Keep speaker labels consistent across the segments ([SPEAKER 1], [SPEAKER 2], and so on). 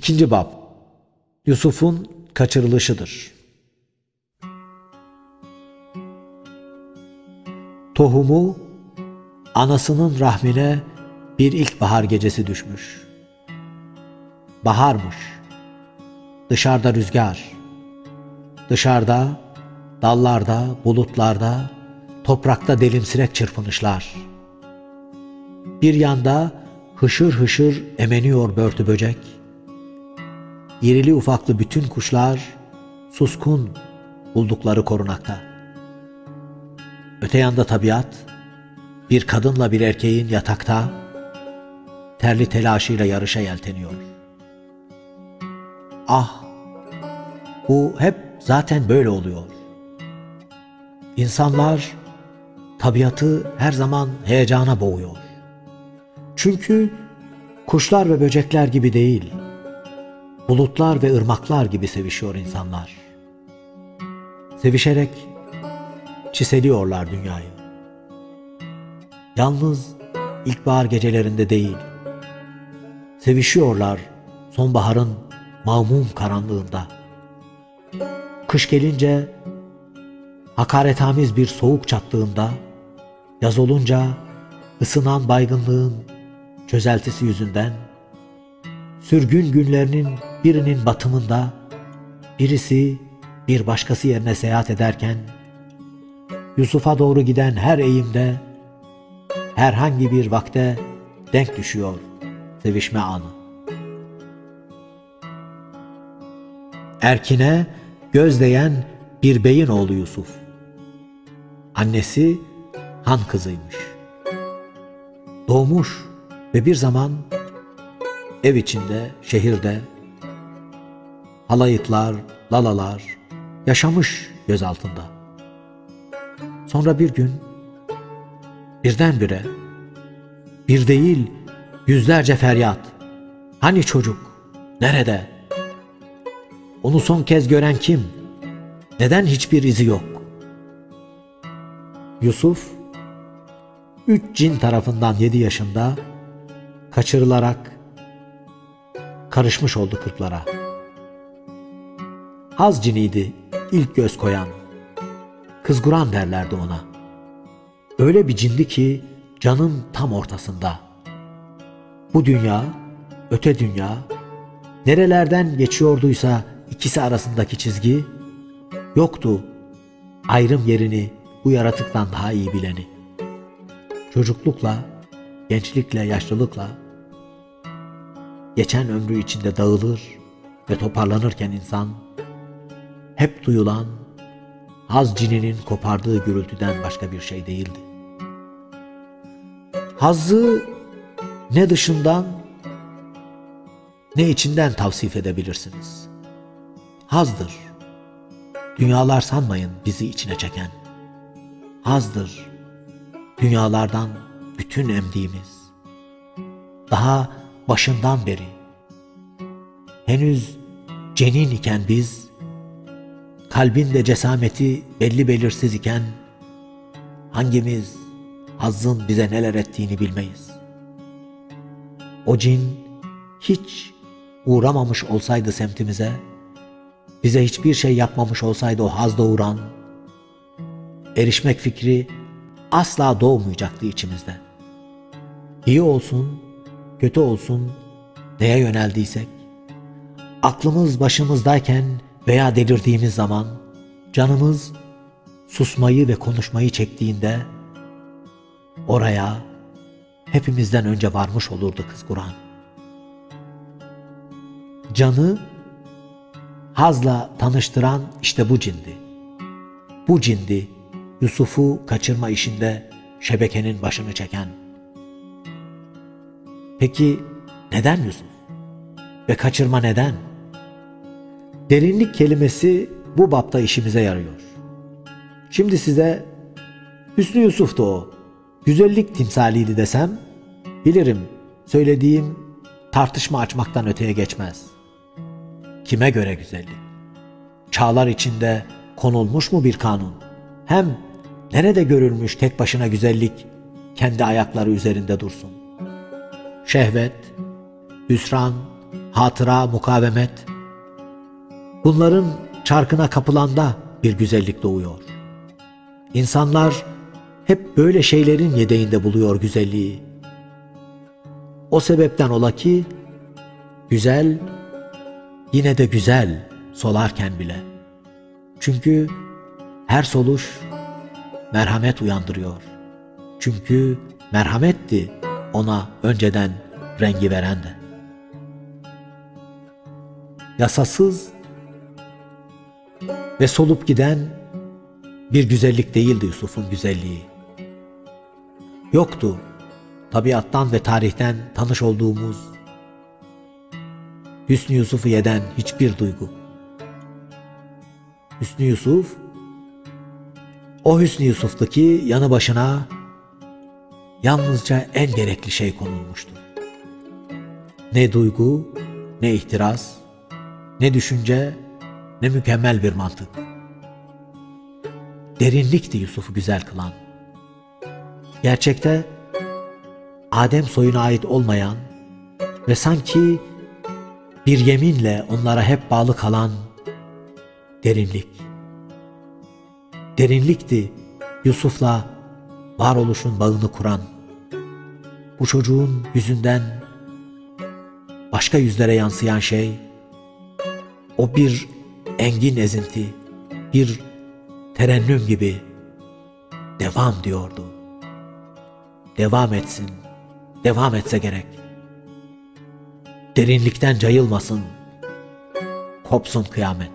[SPEAKER 1] İkinci bab, Yusuf'un kaçırılışıdır. Tohumu anasının rahmine bir ilkbahar gecesi düşmüş. Baharmış. Dışarıda rüzgar. Dışarıda, dallarda, bulutlarda, toprakta delimsirek çırpınışlar. Bir yanda hışır hışır emeniyor börtü böcek. İrili ufaklı bütün kuşlar suskun buldukları korunakta. Öte yanda tabiat, bir kadınla bir erkeğin yatakta, terli telaşıyla yarışa yelteniyor. Ah, bu hep zaten böyle oluyor. İnsanlar tabiatı her zaman heyecana boğuyor. Çünkü kuşlar ve böcekler gibi değil, bulutlar ve ırmaklar gibi sevişiyor insanlar. Sevişerek çiseliyorlar dünyayı. Yalnız ilkbahar gecelerinde değil, sevişiyorlar sonbaharın mağmum karanlığında. Kış gelince hakaretamiz bir soğuk çattığında, yaz olunca ısınan baygınlığın çözeltisi yüzünden, sürgün günlerinin birinin batımında, birisi bir başkası yerine seyahat ederken, Yusuf'a doğru giden her eğimde, herhangi bir vakte denk düşüyor sevişme anı. Erkine göz değen bir beyin oğlu Yusuf. Annesi han kızıymış. Doğmuş ve bir zaman ev içinde, şehirde halayıtlar, lalalar yaşamış göz altında. Sonra bir gün birdenbire, bir değil yüzlerce feryat. Hani çocuk? Nerede? Onu son kez gören kim? Neden hiçbir izi yok? Yusuf, 3 cin tarafından 7 yaşında kaçırılarak karışmış oldu kırklara. Haz ciniydi ilk göz koyan. Kızguran derlerdi ona. Öyle bir cindi ki canın tam ortasında. Bu dünya, öte dünya, nerelerden geçiyorduysa ikisi arasındaki çizgi, yoktu ayrım yerini bu yaratıktan daha iyi bileni. Çocuklukla, gençlikle, yaşlılıkla, geçen ömrü içinde dağılır ve toparlanırken insan, hep duyulan haz cininin kopardığı gürültüden başka bir şey değildi. Hazzı ne dışından ne içinden tavsif edebilirsiniz. Hazdır. Dünyalar sanmayın bizi içine çeken. Hazdır. Dünyalardan bütün emdiğimiz. Daha başından beri. Henüz cenin iken biz, kalbin de cesameti belli belirsiz iken, hangimiz hazzın bize neler ettiğini bilmeyiz. O cin hiç uğramamış olsaydı semtimize, bize hiçbir şey yapmamış olsaydı o haz doğuran, erişmek fikri asla doğmayacaktı içimizde. İyi olsun, kötü olsun, neye yöneldiysek, aklımız başımızdayken veya delirdiğimiz zaman, canımız susmayı ve konuşmayı çektiğinde, oraya hepimizden önce varmış olurdu kızguran. Canı hazla tanıştıran işte bu cindi. Bu cindi Yusuf'u kaçırma işinde şebekenin başını çeken. Peki neden Yusuf? Ve kaçırma neden? Derinlik kelimesi bu bapta işimize yarıyor. Şimdi size Hüsnü Yusuf'tu o, güzellik timsaliydi desem, bilirim söylediğim tartışma açmaktan öteye geçmez. Kime göre güzellik? Çağlar içinde konulmuş mu bir kanun? Hem nerede görülmüş tek başına güzellik kendi ayakları üzerinde dursun? Şehvet, hüsran, hatıra, mukavemet, bunların çarkına kapılanda bir güzellik doğuyor. İnsanlar hep böyle şeylerin yedeğinde buluyor güzelliği. O sebepten ola ki güzel yine de güzel solarken bile. Çünkü her soluş merhamet uyandırıyor. Çünkü merhametti ona önceden rengi veren de. Yasasız ve solup giden bir güzellik değildi Yusuf'un güzelliği. Yoktu tabiattan ve tarihten tanış olduğumuz Hüsnü Yusuf'u yeden hiçbir duygu. Hüsnü Yusuf, o Hüsnü Yusuf'tu ki yanı başına yalnızca en gerekli şey konulmuştur. Ne duygu, ne ihtiras, ne düşünce, ne mükemmel bir mantık. Derinlikti Yusuf'u güzel kılan. Gerçekte Adem soyuna ait olmayan ve sanki bir yeminle onlara hep bağlı kalan derinlik. Derinlikti Yusuf'la varoluşun bağını kuran. Bu çocuğun yüzünden başka yüzlere yansıyan şey, o bir engin ezinti, bir terennüm gibi devam diyordu. Devam etsin, devam etse gerek. Derinlikten cayılmasın, kopsun kıyamet.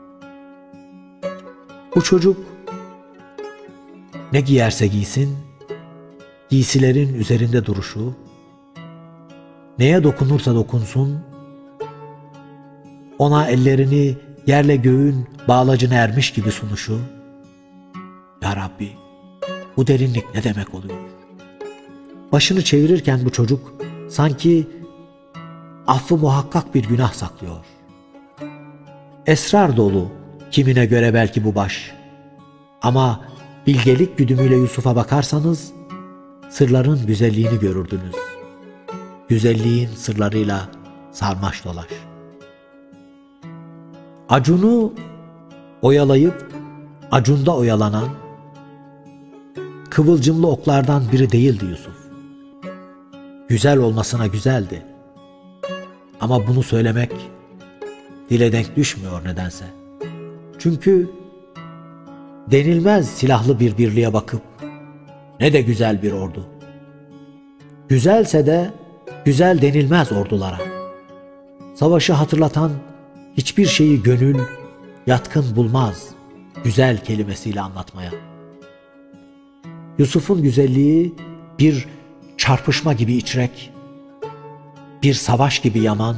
[SPEAKER 1] Bu çocuk ne giyerse giysin, giysilerin üzerinde duruşu, neye dokunursa dokunsun, ona ellerini yerle göğün bağlacına ermiş gibi sunuşu, ya Rabbi, bu derinlik ne demek oluyor? Başını çevirirken bu çocuk sanki affı muhakkak bir günah saklıyor. Esrar dolu kimine göre belki bu baş. Ama bilgelik güdümüyle Yusuf'a bakarsanız sırların güzelliğini görürdünüz. Güzelliğin sırlarıyla sarmaş dolaş. Acun'u oyalayıp Acun'da oyalanan kıvılcımlı oklardan biri değildi Yusuf. Güzel olmasına güzeldi. Ama bunu söylemek dile denk düşmüyor nedense. Çünkü denilmez silahlı bir birliğe bakıp ne de güzel bir ordu. Güzelse de güzel denilmez ordulara. Savaşı hatırlatan hiçbir şeyi gönül yatkın bulmaz güzel kelimesiyle anlatmaya. Yusuf'un güzelliği bir çarpışma gibi içrek, bir savaş gibi yaman,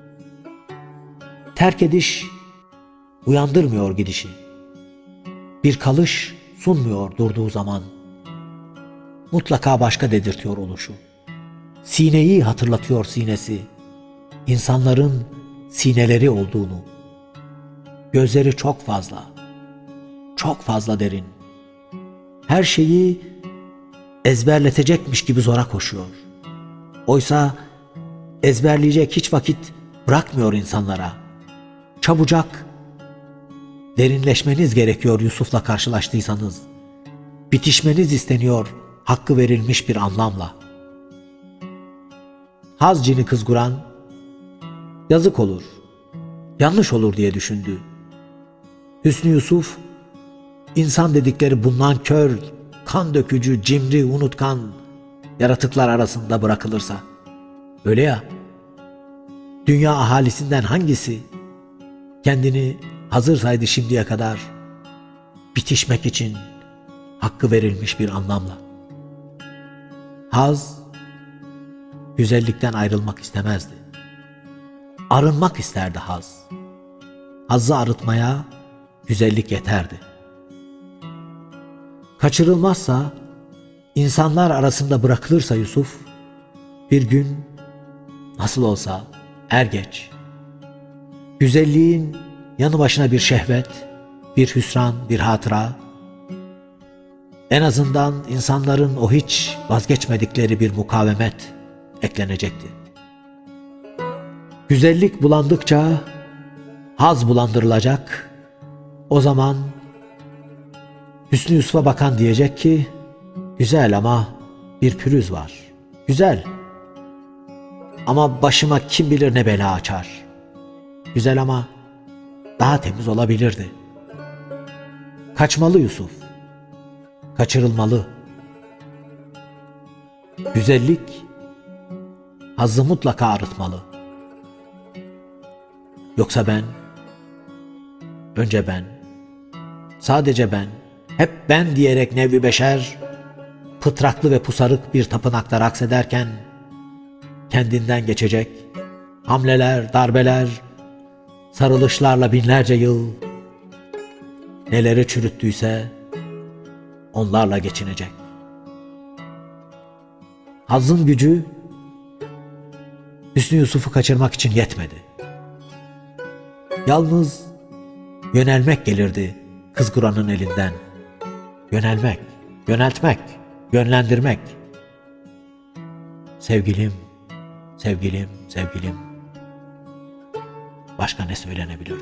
[SPEAKER 1] terk ediş uyandırmıyor gidişi, bir kalış sunmuyor durduğu zaman, mutlaka başka dedirtiyor oluşu. Sineyi hatırlatıyor sinesi, insanların sineleri olduğunu. Gözleri çok fazla, çok fazla derin. Her şeyi ezberletecekmiş gibi zora koşuyor. Oysa ezberleyecek hiç vakit bırakmıyor insanlara. Çabucak derinleşmeniz gerekiyor Yusuf'la karşılaştıysanız. Bitişmeniz isteniyor hakkı verilmiş bir anlamla. Haz cini kızguran, yazık olur, yanlış olur diye düşündü. Hüsnü Yusuf, insan dedikleri bundan kör, kan dökücü, cimri, unutkan yaratıklar arasında bırakılırsa, öyle ya, dünya ahalisinden hangisi kendini hazır saydı şimdiye kadar bitişmek için hakkı verilmiş bir anlamla? Haz, güzellikten ayrılmak istemezdi. Arınmak isterdi haz. Hazzı arıtmaya güzellik yeterdi. Kaçırılmazsa, insanlar arasında bırakılırsa Yusuf, bir gün nasıl olsa er geç, güzelliğin yanı başına bir şehvet, bir hüsran, bir hatıra, en azından insanların o hiç vazgeçmedikleri bir mukavemet eklenecekti. Güzellik bulandıkça haz bulandırılacak. O zaman Hüsnü Yusuf'a bakan diyecek ki, güzel ama bir pürüz var. Güzel ama başıma kim bilir ne bela açar. Güzel ama daha temiz olabilirdi. Kaçmalı Yusuf. Kaçırılmalı. Güzellik hazzı mutlaka arıtmalı. Yoksa ben, önce ben, sadece ben, hep ben diyerek nevvi beşer, pıtraklı ve pusarık bir tapınakta raks ederken, kendinden geçecek, hamleler, darbeler, sarılışlarla binlerce yıl, neleri çürüttüyse, onlarla geçinecek. Hazzın gücü, Hüsnü Yusuf'u kaçırmak için yetmedi. Yalnız yönelmek gelirdi kızguranın elinden. Yönelmek, yöneltmek, yönlendirmek. Sevgilim, sevgilim, sevgilim. Başka ne söylenebilirdi?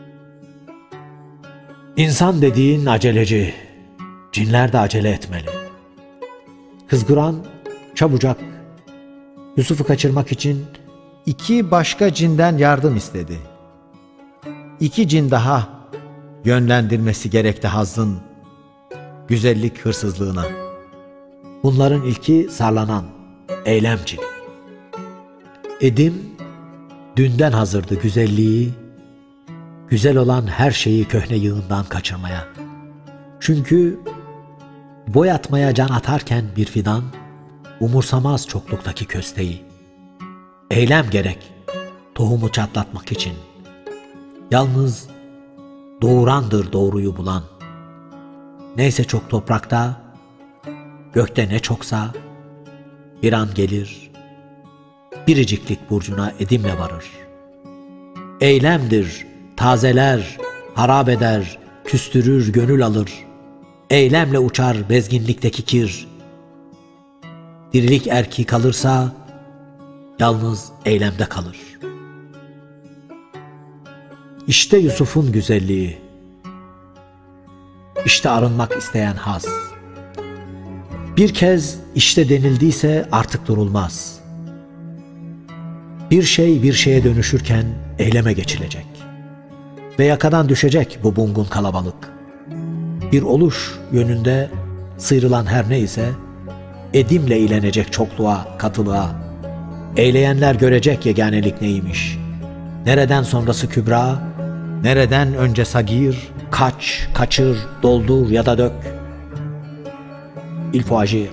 [SPEAKER 1] İnsan dediğin aceleci, cinler de acele etmeli. Kızguran çabucak Yusuf'u kaçırmak için 2 başka cinden yardım istedi. 2 cin daha yönlendirmesi gerekti hazzın güzellik hırsızlığına. Bunların ilki sarlanan eylem cini. Edim dünden hazırdı güzelliği, güzel olan her şeyi köhne yığından kaçırmaya. Çünkü boyatmaya can atarken bir fidan umursamaz çokluktaki kösteği. Eylem gerek tohumu çatlatmak için. Yalnız doğurandır doğruyu bulan. Neyse çok toprakta, gökte ne çoksa bir an gelir, biriciklik burcuna edimle varır. Eylemdir, tazeler, harap eder, küstürür, gönül alır. Eylemle uçar bezginlikteki kir. Dirilik erki kalırsa, yalnız eylemde kalır. İşte Yusuf'un güzelliği. İşte arınmak isteyen haz. Bir kez işte denildiyse artık durulmaz. Bir şey bir şeye dönüşürken eyleme geçilecek. Ve yakadan düşecek bu bungun kalabalık. Bir oluş yönünde sıyrılan her neyse, edimle ilenecek çokluğa, katılığa. Eyleyenler görecek yeganelik neymiş. Nereden sonrası kübra, nereden önce sagir, kaç, kaçır, doldur ya da dök. Il faut agir.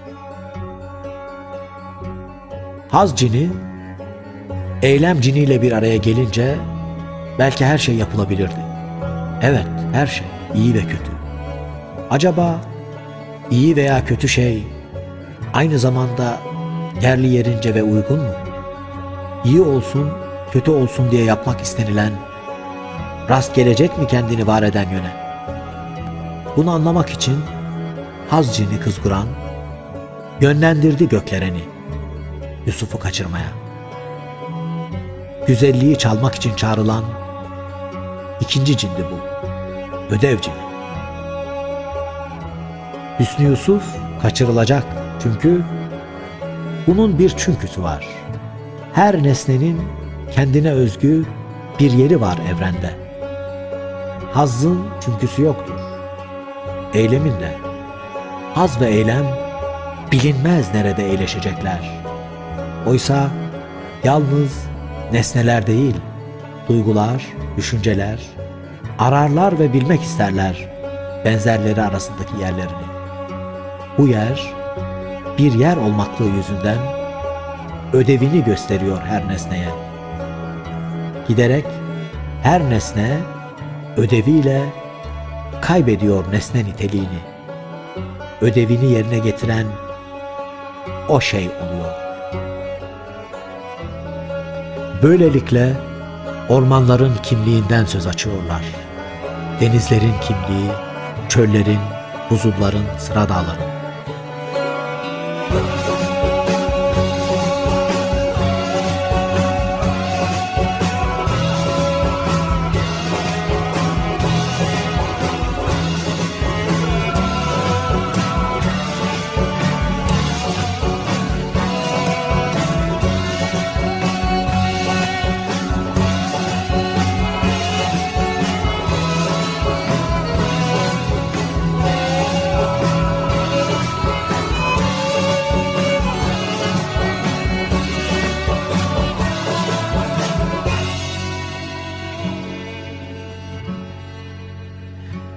[SPEAKER 1] Haz cini, eylem ciniyle bir araya gelince belki her şey yapılabilirdi. Evet, her şey, iyi ve kötü. Acaba iyi veya kötü şey aynı zamanda yerli yerince ve uygun mu? İyi olsun, kötü olsun diye yapmak istenilen, rast gelecek mi kendini var eden yöne? Bunu anlamak için haz cini kızguran yönlendirdi göklereni Yusuf'u kaçırmaya. Güzelliği çalmak için çağrılan ikinci cindi bu, ödev cini. Hüsnü Yusuf kaçırılacak çünkü bunun bir çünküsü var. Her nesnenin kendine özgü bir yeri var evrende. Hazzın çünküsü yoktur. Eylemin de. Haz ve eylem bilinmez nerede eğleşecekler. Oysa yalnız nesneler değil, duygular, düşünceler, ararlar ve bilmek isterler benzerleri arasındaki yerlerini. Bu yer, bir yer olmaklığı yüzünden ödevini gösteriyor her nesneye. Giderek her nesne ödeviyle kaybediyor nesne niteliğini. Ödevini yerine getiren o şey oluyor. Böylelikle ormanların kimliğinden söz açıyorlar. Denizlerin kimliği, çöllerin, buzulların, sıra dağların.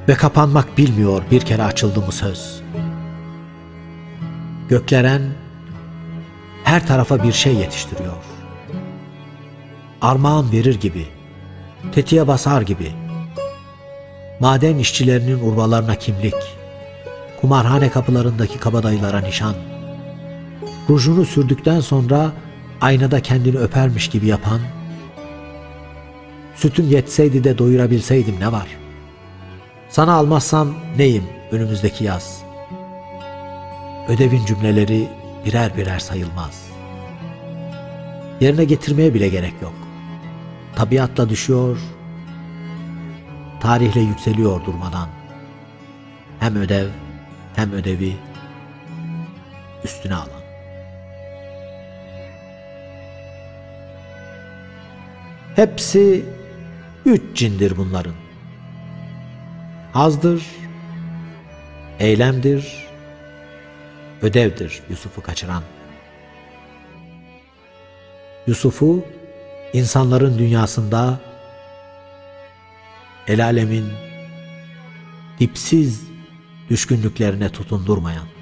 [SPEAKER 1] Ve kapanmak bilmiyor bir kere açıldı mı söz. Gökleren her tarafa bir şey yetiştiriyor. Armağan verir gibi, tetiğe basar gibi. Maden işçilerinin urvalarına kimlik, kumarhane kapılarındaki kabadayılara nişan, rujunu sürdükten sonra aynada kendini öpermiş gibi yapan, sütüm yetseydi de doyurabilseydim ne var? Sana almazsam neyim önümüzdeki yaz? Ödevin cümleleri birer birer sayılmaz. Yerine getirmeye bile gerek yok. Tabiatla düşüyor, tarihle yükseliyor durmadan. Hem ödev hem ödevi üstüne alan. Hepsi 3 cindir bunların. Hazdır, eylemdir, ödevdir Yusuf'u kaçıran. Yusuf'u insanların dünyasında el alemin dipsiz düşkünlüklerine tutundurmayan.